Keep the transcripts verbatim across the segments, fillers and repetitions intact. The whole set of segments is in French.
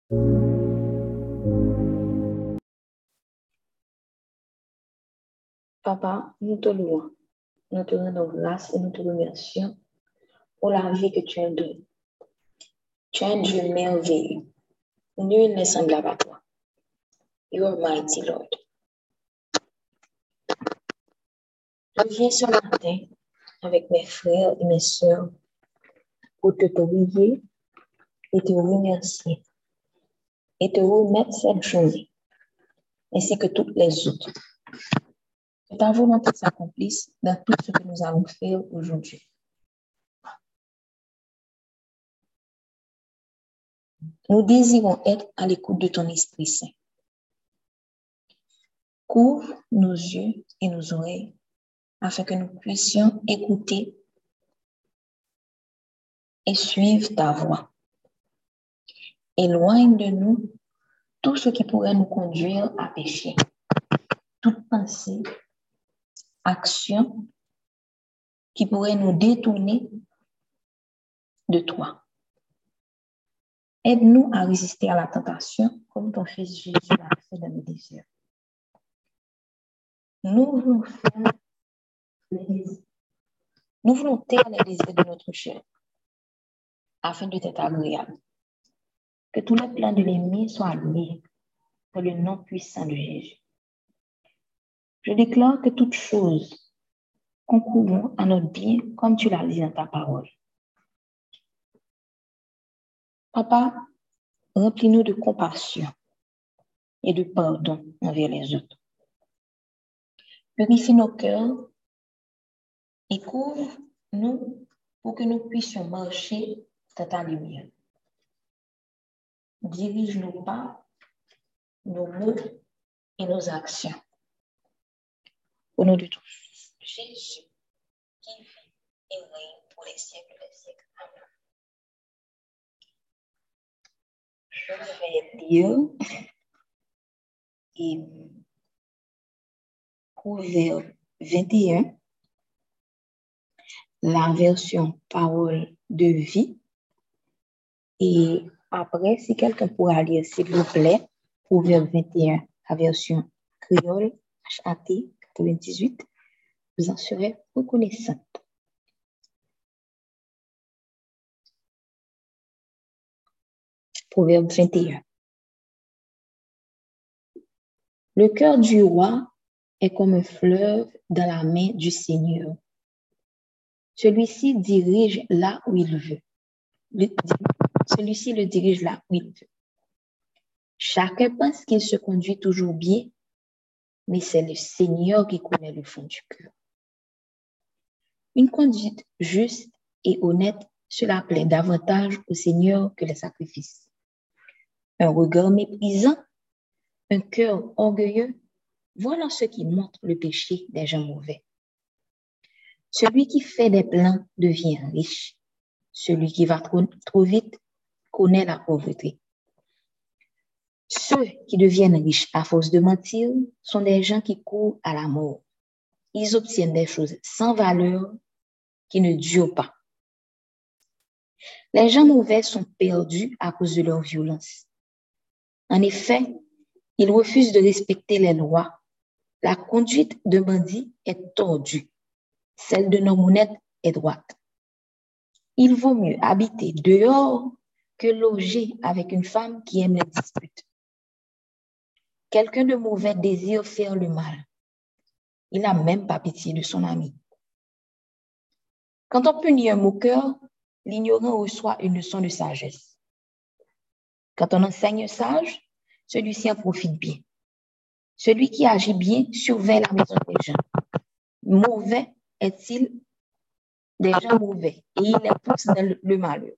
Papa, nous te louons, nous te rendons grâce et nous te remercions pour la vie que tu as donnée. Tu es un Dieu merveilleux. Nul n'est semblable à toi. You are mighty, Lord. Je viens ce matin avec mes frères et mes sœurs pour te prier et te remercier et te remettre cette journée, ainsi que toutes les autres. Que ta volonté s'accomplisse dans tout ce que nous allons faire aujourd'hui. Nous désirons être à l'écoute de ton Esprit Saint. Couvre nos yeux et nos oreilles afin que nous puissions écouter et suivre ta voix. Éloigne de nous tout ce qui pourrait nous conduire à pécher, toute pensée, action qui pourrait nous détourner de toi. Aide-nous à résister à la tentation comme ton Fils Jésus l'a fait dans le désert. Nous voulons faire les désirs. Nous voulons taire les désirs de notre chair afin de t'être agréable. Que tous les plans de l'ennemi soient liés dans le nom puissant de Jésus. Je déclare que toutes choses concourront à notre bien comme tu l'as dit dans ta parole. Papa, remplis-nous de compassion et de pardon envers les autres. Purifie nos cœurs et couvre-nous pour que nous puissions marcher dans ta lumière. Dirige nos pas, nos mots et nos actions. Au nom de tout Jésus, qui vit et règne pour les siècles des siècles. Amen. Je vais lire et Proverbe vingt et un, la version parole de vie. Et après, si quelqu'un pourra lire, s'il vous plaît, Proverbe vingt et un, la version créole, H A T quatre-vingt-dix-huit, vous en serez reconnaissante. Proverbe vingt et un. Le cœur du roi est comme un fleuve dans la main du Seigneur. Celui-ci dirige là où il veut. Le, celui-ci le dirige là où il veut. Chacun pense qu'il se conduit toujours bien, mais c'est le Seigneur qui connaît le fond du cœur. Une conduite juste et honnête, cela plaît davantage au Seigneur que les sacrifices. Un regard méprisant, un cœur orgueilleux, voilà ce qui montre le péché des gens mauvais. Celui qui fait des plans devient riche. Celui qui va trop, trop vite connaît la pauvreté. Ceux qui deviennent riches à force de mentir sont des gens qui courent à la mort. Ils obtiennent des choses sans valeur qui ne durent pas. Les gens mauvais sont perdus à cause de leur violence. En effet, ils refusent de respecter les lois. La conduite de bandit est tordue. Celle de homme honnête est droite. Il vaut mieux habiter dehors que loger avec une femme qui aime les disputes. Quelqu'un de mauvais désire faire le mal. Il n'a même pas pitié de son ami. Quand on punit un moqueur, l'ignorant reçoit une leçon de sagesse. Quand on enseigne un sage, celui-ci en profite bien. Celui qui agit bien surveille la maison des gens. Mauvais est-il des gens mauvais et il les pousse dans le malheur.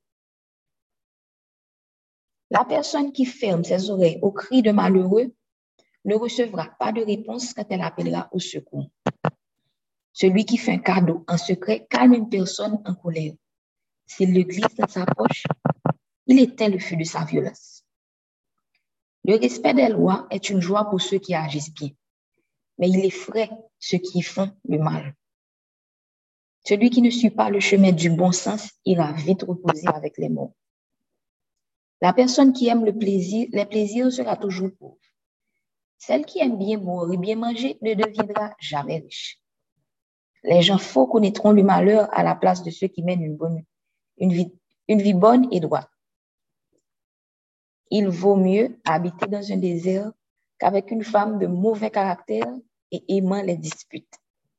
La personne qui ferme ses oreilles aux cris de malheureux ne recevra pas de réponse quand elle appellera au secours. Celui qui fait un cadeau en secret calme une personne en colère. S'il le glisse dans sa poche, il éteint le feu de sa violence. Le respect des lois est une joie pour ceux qui agissent bien, mais il effraie ceux qui font le mal. Celui qui ne suit pas le chemin du bon sens ira vite reposer avec les morts. La personne qui aime le plaisir, les plaisirs sera toujours pauvre. Celle qui aime bien boire et bien manger ne deviendra jamais riche. Les gens faux connaîtront le malheur à la place de ceux qui mènent une, bonne, une, vie, une vie bonne et droite. Il vaut mieux habiter dans un désert qu'avec une femme de mauvais caractère et aimant les disputes.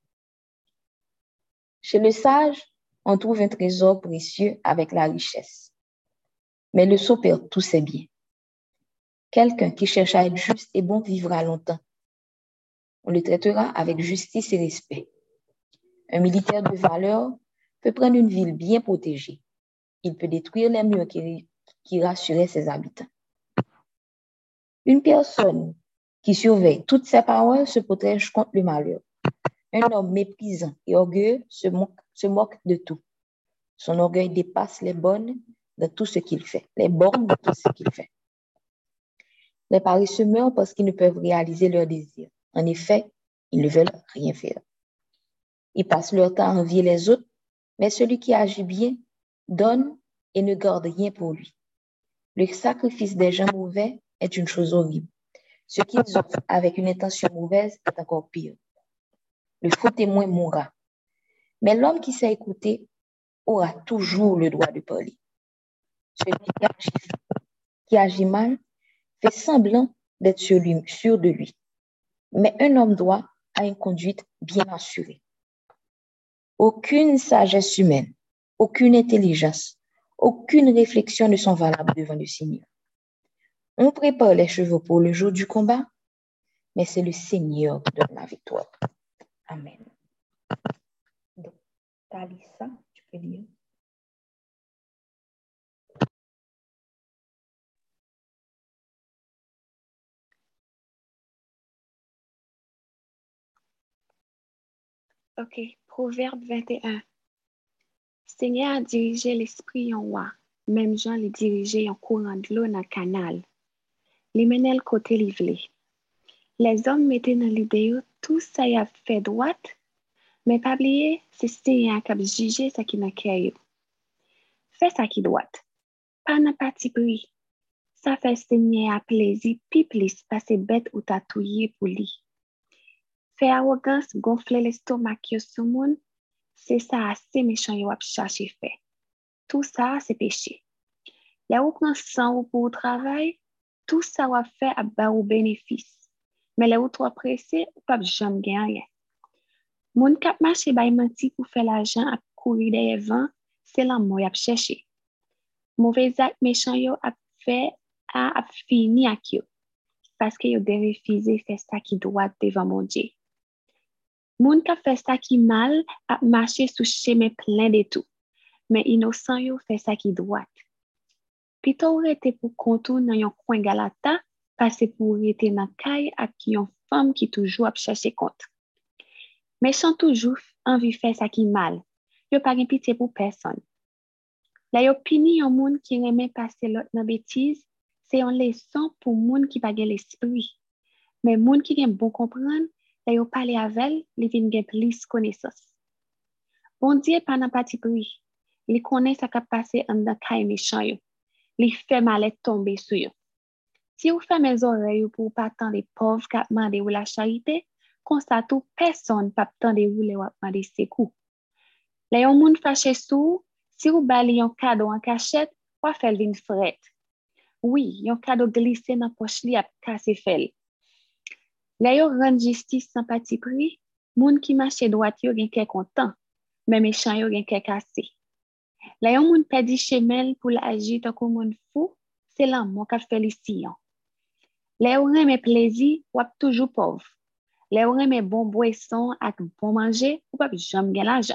Chez le sage, on trouve un trésor précieux avec la richesse. Mais le sot perd tous ses biens. Quelqu'un qui cherche à être juste et bon vivra longtemps. On le traitera avec justice et respect. Un militaire de valeur peut prendre une ville bien protégée. Il peut détruire les murs qui, qui rassuraient ses habitants. Une personne qui surveille toutes ses paroles se protège contre le malheur. Un homme méprisant et orgueilleux se moque, se moque de tout. Son orgueil dépasse les bornes de tout ce qu'il fait, les bornes de tout ce qu'il fait. Les paresseux meurent parce qu'ils ne peuvent réaliser leurs désirs. En effet, ils ne veulent rien faire. Ils passent leur temps à envier les autres, mais celui qui agit bien donne et ne garde rien pour lui. Le sacrifice des gens mauvais est une chose horrible. Ce qu'ils offrent avec une intention mauvaise est encore pire. Le faux témoin mourra. Mais l'homme qui sait écouter aura toujours le droit de parler. Celui qui agit, qui agit mal fait semblant d'être sûr, lui, sûr de lui. Mais un homme droit a une conduite bien assurée. Aucune sagesse humaine, aucune intelligence, aucune réflexion ne sont valables devant le Seigneur. On prépare les chevaux pour le jour du combat, mais c'est le Seigneur qui donne la victoire. Amen. Donc, Talisa, tu peux lire. OK. Proverbe vingt et un. Seigneur a dirigé l'esprit en roi, même Jean les dirigeait en courant de l'eau dans le canal. Les menait le côté livré. Les hommes mettaient dans l'idée tout ça y a fait droite, mais pas oublier, c'est Seigneur qui a jugé ça qui n'a qu'à Fais ça qui droite. Pas n'a pas de prix. Ça fait Seigneur à plaisir, puis plus passer bête ou tatouiller pour lui. Fait arrogance, gonfler l'estomac sur le monde, c'est ça assez méchant yo ap chercher fait. Tout ça, c'est péché. Là où prend sang pour le travail, tout ça va faire à bas au bénéfice. Mais là où trop pressé, ou pas jamais gagner. Moun kap marché bay menti pour faire l'argent à courir des vents, c'est là moi ap chercher. Mauvais acte méchant yo ap fait a ap fini ak yo. Parce que yo de refuser faire ça qui doit devant mon Dieu. Moun ka fait ça qui mal ap marcher sous chemin plein de tout. Mais innocent yo fait ça qui doit. Plutôt rete pour contour dans yon coin Galata, passer pour rete dans caille ak yon femme qui toujours ap chercher compte. Méchant toujours envie faire ça qui mal. Yo pas gen pitié pour personne. La yo pini yon moun qui remet passer l'autre dans bêtise, c'est une leçon pour moun qui pas gen l'esprit. Mais moun qui gen bon comprendre, la yo parler avec, li vin gen plus connaissance. Bon Dieu pas nan pati pri. Li connaît ça ka passer en dans caille méchant yo. Li fait mal tomber sur yo. Si vous fermez les oreilles pour pas attendre les pauvres qui demandent ou la charité, constate ou personne pas attendre ou les demander secours. Les yon moun fâché sou, si vous bali yon cadeau en cachette, ou faire vin fret. Oui, yon cadeau glissé dans poche li ap casse fel. Les yon rend justice sans pati pri, moun qui marche droite yo gen kè content, mais méchant yo gen kè cassé. Les yon moun pedi chemel pour l'agir tant comme moun fou, c'est là mon ka félicien. Les yon reme plaisir, ou ap toujours pauvre. Les yon reme bon boisson ak bon manger, ou pas jamais gen l'argent.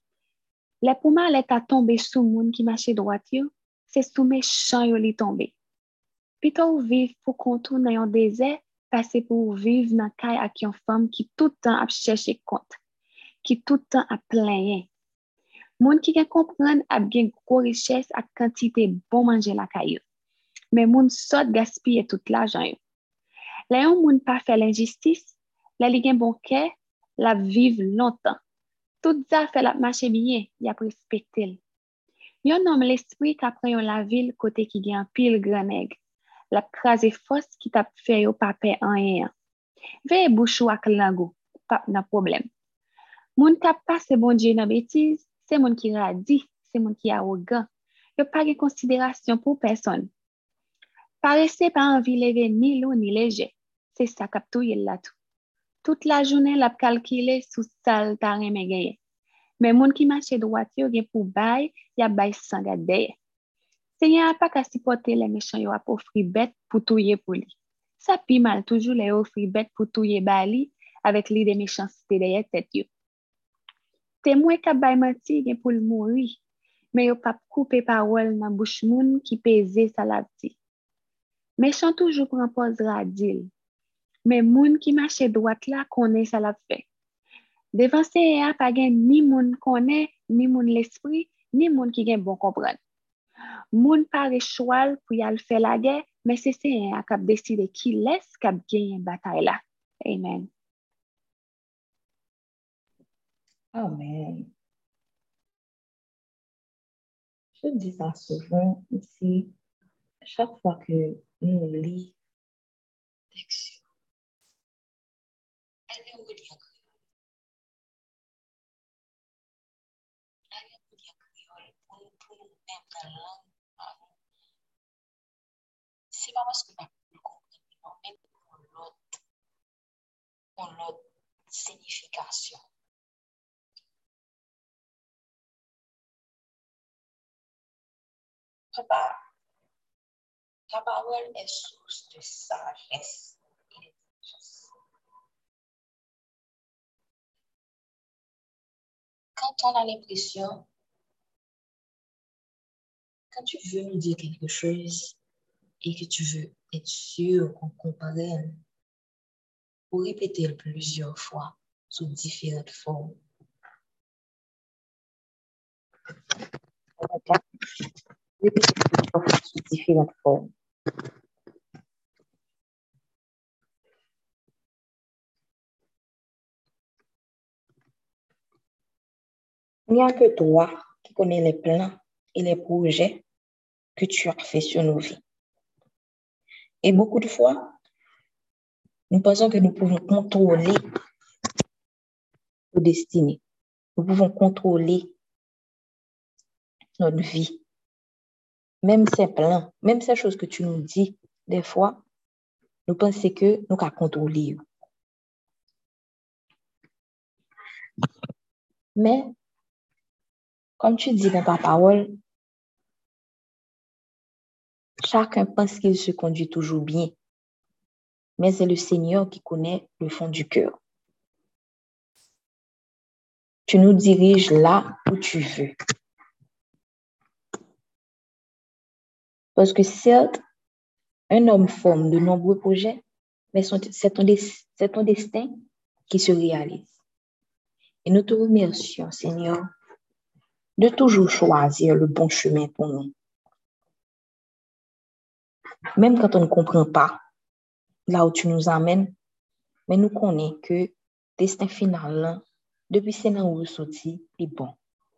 Les pou mal est à tomber sous moun qui marche droite yo, c'est sous méchant yo li tomber. Plutôt vivre pour contour dans yon désert, passer pour vivre dans caille ak yon femme qui tout le temps a chercher compte, qui tout le temps a plaigné. Moun qui gen comprendre a gen gros richesse ak quantité bon manger la caille. Mais moun sot gaspiller tout l'argent yo. La yon moun pas fait l'injustice, la li gen bon cœur, la vive longtemps. Tout ça fait la marche bien, y a respecté. Yon nomme l'esprit qu'après yon la ville côté qui gen pile grand nègre. La crase force qui t'a fait yo pa paix en rien. Veye bouchou ak lango, pas na problème. Moun kap passe bon Dieu nan bêtise, c'est moun qui radi, c'est moun qui arrogant. Yo pas de considération pour personne. Paresse pas envie lever ni lourd ni léger. C'est ça kap touye la tout. Toute la journée l'a calculé sous sal ta reme gagné. Mais moun qui marche droit yo gen pour bay, y a bay sans garder. Seigneur a pas qu'à supporter les méchants yo a offrir bête pour touyer pour lui. Ça pi mal toujours les offrir bête pour touyer bali avec l'idée de méchanceté derrière tête yo. Témoin ka bay menti gen pour mourir, mais yo pas couper parole dans bouche moun qui pèse ça la dit. Méchant toujours prend pose radil. Mais moun qui marche droite là connaît ça la fait. Devant Seigneur pas gen ni moun connaît, ni moun l'esprit, ni moun qui gen bon comprendre. Moun pare choual pour y aller faire la guerre, mais c'est Seigneur qui a décidé qui laisse qui a gagné une bataille là. Amen. Amen. Je dis ça souvent ici, chaque fois que nous lisons texte, elle est reliée en créole. Elle est reliée en créole pour nous, pour nous mettre dans la langue. C'est pas parce que nous ne comprenons pas, mais pour l'autre, pour l'autre signification. Papa, la parole est source de sagesse et d'intelligence. Quand on a l'impression, quand tu veux nous dire quelque chose et que tu veux être sûr qu'on comprenne, pour répéter plusieurs fois sous différentes formes. Répéter plusieurs fois sous différentes formes. Il n'y a que toi qui connais les plans et les projets que tu as fait sur nos vies. Et beaucoup de fois, nous pensons que nous pouvons contrôler nos destinées. Nous pouvons contrôler notre vie. Même ces plans, même ces choses que tu nous dis, des fois, nous pensons que nous pouvons contrôler. Mais, comme tu dis dans ta parole, chacun pense qu'il se conduit toujours bien. Mais c'est le Seigneur qui connaît le fond du cœur. Tu nous diriges là où tu veux. Parce que certes, un homme forme de nombreux projets, mais c'est ton, c'est ton destin qui se réalise. Et nous te remercions, Seigneur, de toujours choisir le bon chemin pour nous. Même quand on ne comprend pas là où tu nous amènes, mais nous connaissons que le destin final, depuis c'est là où nous sortis, est bon.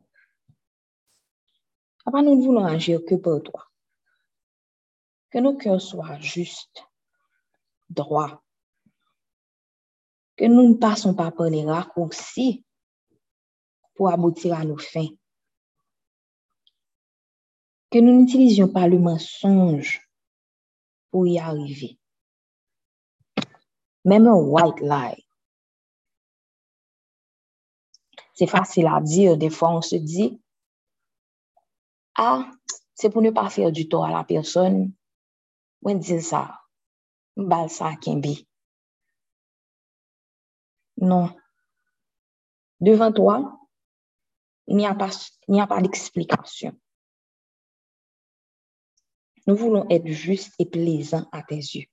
Papa, nous ne voulons agir que pour toi. Que nos cœurs soient justes, droits. Que nous ne passons pas par les raccourcis pour aboutir à nos fins. Que nous n'utilisions pas le mensonge pour y arriver. Même un white lie. C'est facile à dire. Des fois, on se dit, ah, c'est pour ne pas faire du tort à la personne. On dit ça. Bal ça kimbi. Non. Devant toi, il n'y a pas, il n'y a pas d'explication. Nous voulons être justes et plaisants à tes yeux.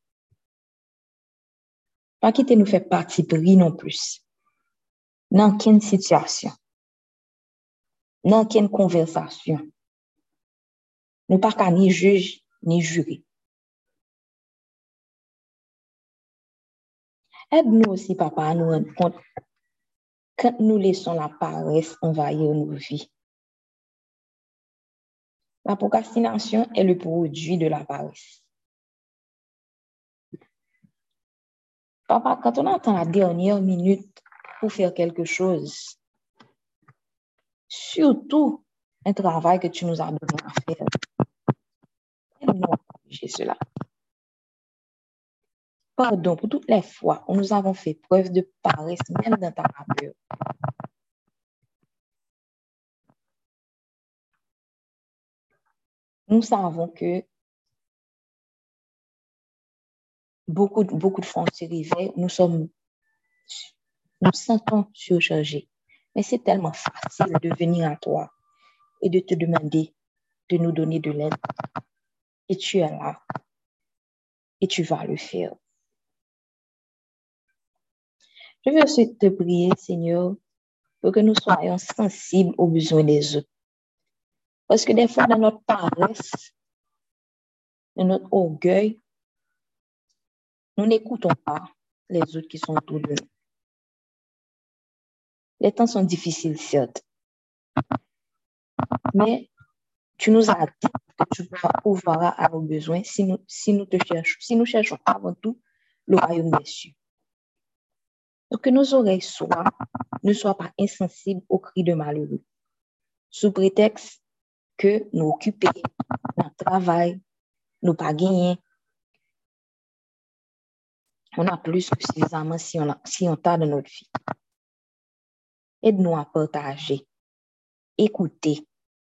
Pas quitter nous faire partie pris non plus. Dans quelle situation, dans quelle conversation. Nous pas qu'à ni juge ni jurer. Aide-nous aussi, papa, à nous rendre compte quand nous laissons la paresse envahir nos vies. La procrastination est le produit de la paresse. Papa, quand on attend la dernière minute pour faire quelque chose, surtout un travail que tu nous as donné à faire, aide-nous à corriger cela. Pardon pour toutes les fois où nous avons fait preuve de paresse, même dans ta labeur. Nous savons que beaucoup, beaucoup de fois on se réveille, nous sommes, nous sentons surchargés. Mais c'est tellement facile de venir à toi et de te demander de nous donner de l'aide. Et tu es là. Et tu vas le faire. Je veux aussi te prier, Seigneur, pour que nous soyons sensibles aux besoins des autres. Parce que des fois, dans notre paresse, dans notre orgueil, nous n'écoutons pas les autres qui sont autour de nous. Les temps sont difficiles, certes. Mais tu nous as dit que tu ouvriras à nos besoins si nous, si nous te cherchons, si nous cherchons avant tout le royaume des cieux. Donc que nos oreilles soient, ne soient pas insensibles aux cris de malheureux, sous prétexte que nous occupés, notre travail, nous pas gagner. On a plus que suffisamment si on a, si on t'a dans notre vie. Aide-nous à partager, écouter,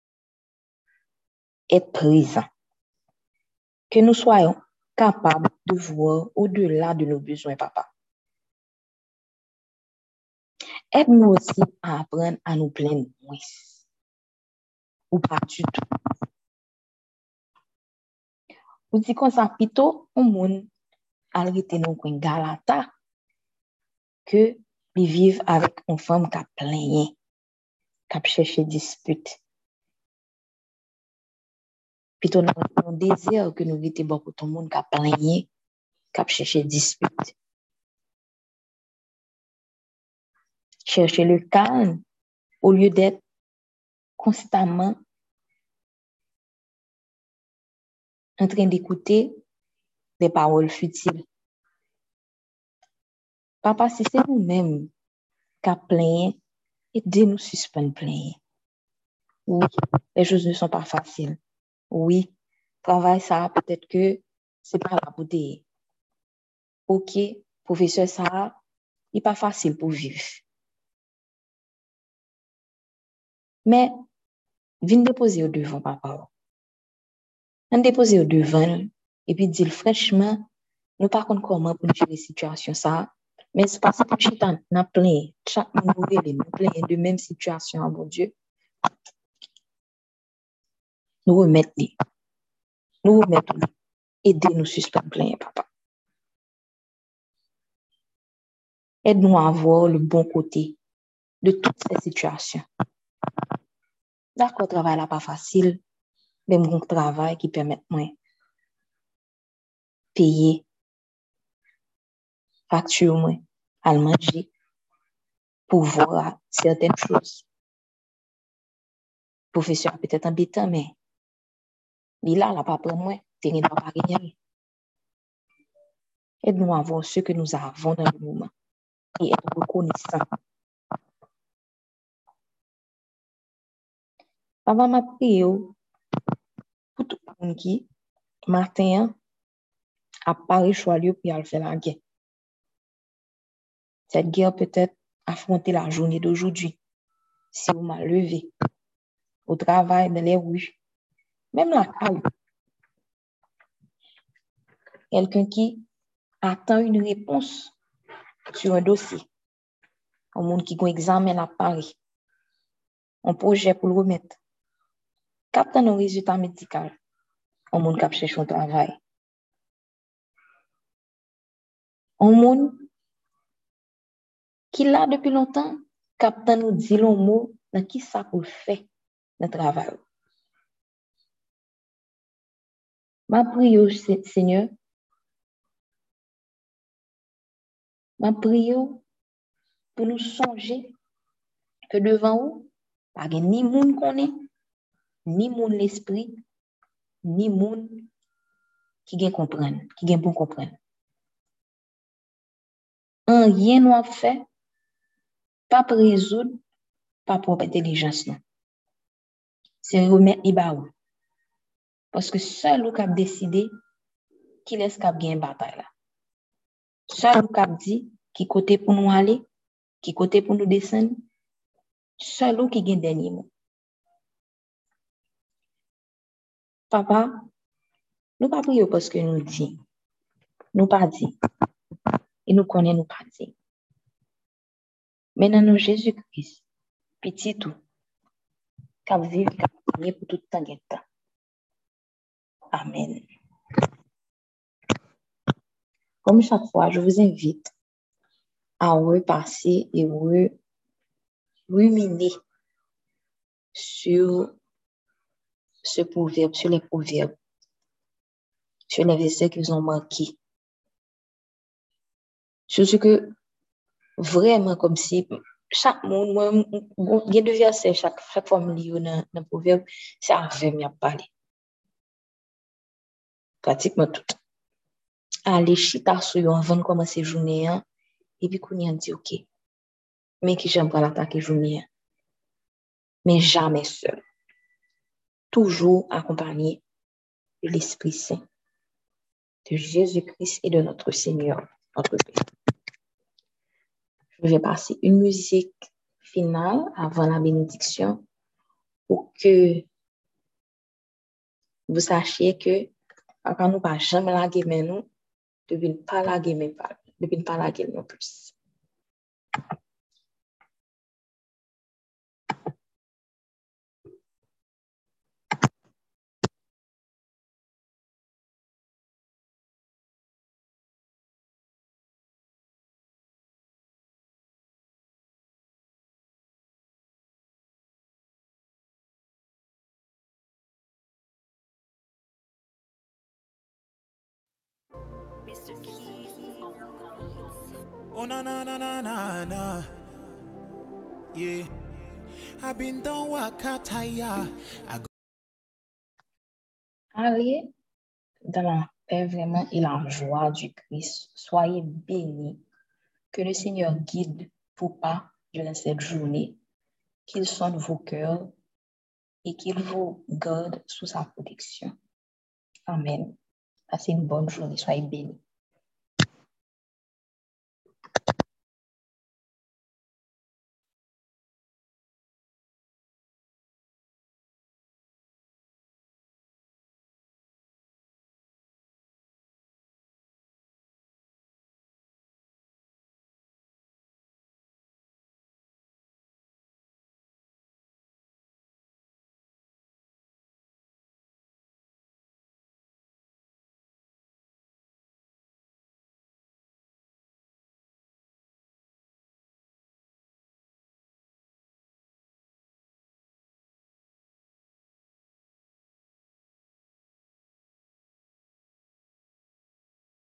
être présent. Que nous soyons capables de voir au-delà de nos besoins, papa. Aide-nous aussi à apprendre à nous plaindre moins. Ou pas du tout. Vous dites qu'on s'en plutôt au monde à arrêter nos coins Galata que de vivre avec une femme qui a plaigné, qui a cherché dispute. Plutôt dans le désir que nous étions beaucoup tout le monde qui a plaigné, qui a cherché dispute. Chercher le calme au lieu d'être constamment en train d'écouter des paroles futiles. Papa, si c'est nous-mêmes qui avons plaigné, aidez-nous suspendre plaigner. Oui, les choses ne sont pas faciles. Oui, travail ça, peut-être que c'est pas la beauté. Ok, professeur ça, il n'est pas facile pour vivre. Mais, viens déposer au devant, papa. Viens déposer au devant, et puis dire fraîchement, nous pas contre comment pour gérer la situation ça, mais c'est parce que tu as plein, chaque nouveau nous plein de même situation, mon Dieu. Nous remettons, nous remettons, aidez-nous suspendre plein, papa. Aide-nous à voir le bon côté de toutes ces situations. D'accord, le travail n'est pas facile, mais mon travail qui permet de payer, facture, moi, à manger, pour voir certaines choses. Le professeur peut-être embêtant, mais il a la pas pour moi, tu ne dois pas gagner. Aide-nous à voir ce que nous avons dans le moment et être reconnaissant. Papa m'a prié pour tout le monde qui, matin, a paré choix lieu pour faire la guerre. Cette guerre peut-être affronter la journée d'aujourd'hui. Si vous m'avez levé au travail, dans les rues, même la caille. Quelqu'un qui attend une réponse sur un dossier. Un monde qui a un examen à Paris. Un projet pour le remettre. Captant nos résultats médicaux. Un monde qui cherche un travail. Un monde qui là depuis longtemps, captant nous dit le mot dans qui ça pour faire le travail. Ma prière, Seigneur, ma prière pour nous songer que devant vous, pas ni monde connaît, ni monde l'esprit, ni moun qui gen comprendre, qui gen bon comprendre. Un rien nous a fait, pas pour résoudre, pas pour intelligence non. C'est remettre ibaou. Parce que seul ou cap décider qui laisse cap gain bataille là. Seul ou cap dit qui côté pour nous aller, qui côté pour nous descendre. Seul ou qui gagne dernier mot. Papa, nous pas prier parce que nous dit, nous pas dit, et nous connaissons nous pas dit. Mais dans nous Jésus-Christ, petit tout, cap vivre, cap prier pour tout temps et temps. Amen. Comme chaque fois, je vous invite à repasser et re, ruminer sur ce proverbe, sur les proverbes, sur les versets qu'ils ont marqués. Sur ce que vraiment comme si chaque monde, moi, il y a deux versets, chaque, chaque fois que je lis dans le proverbe, c'est avec moi parler. Pratiquement tout. Aller chita sur yo avant de commencer journée, et puis qu'on y a dit, ok, mais qui j'aime pas l'attaquer journée, mais jamais seul. Toujours accompagné de l'Esprit Saint, de Jésus-Christ et de notre Seigneur, notre Père. Je vais passer une musique finale avant la bénédiction pour que vous sachiez que quand nous pas jamais laguer mais nous, depuis ne pas laguer mais pas, depuis ne pas laguer non plus. Oh na na na na na na, yeah. I've been done wakataya. Allez dans la paix vraiment et la joie du Christ. Soyez bénis. Que le Seigneur guide vos pas durant cette journée, qu'il sonne vos cœurs et qu'il vous garde sous sa protection. Amen. Passez une bonne journée. Soyez bénis.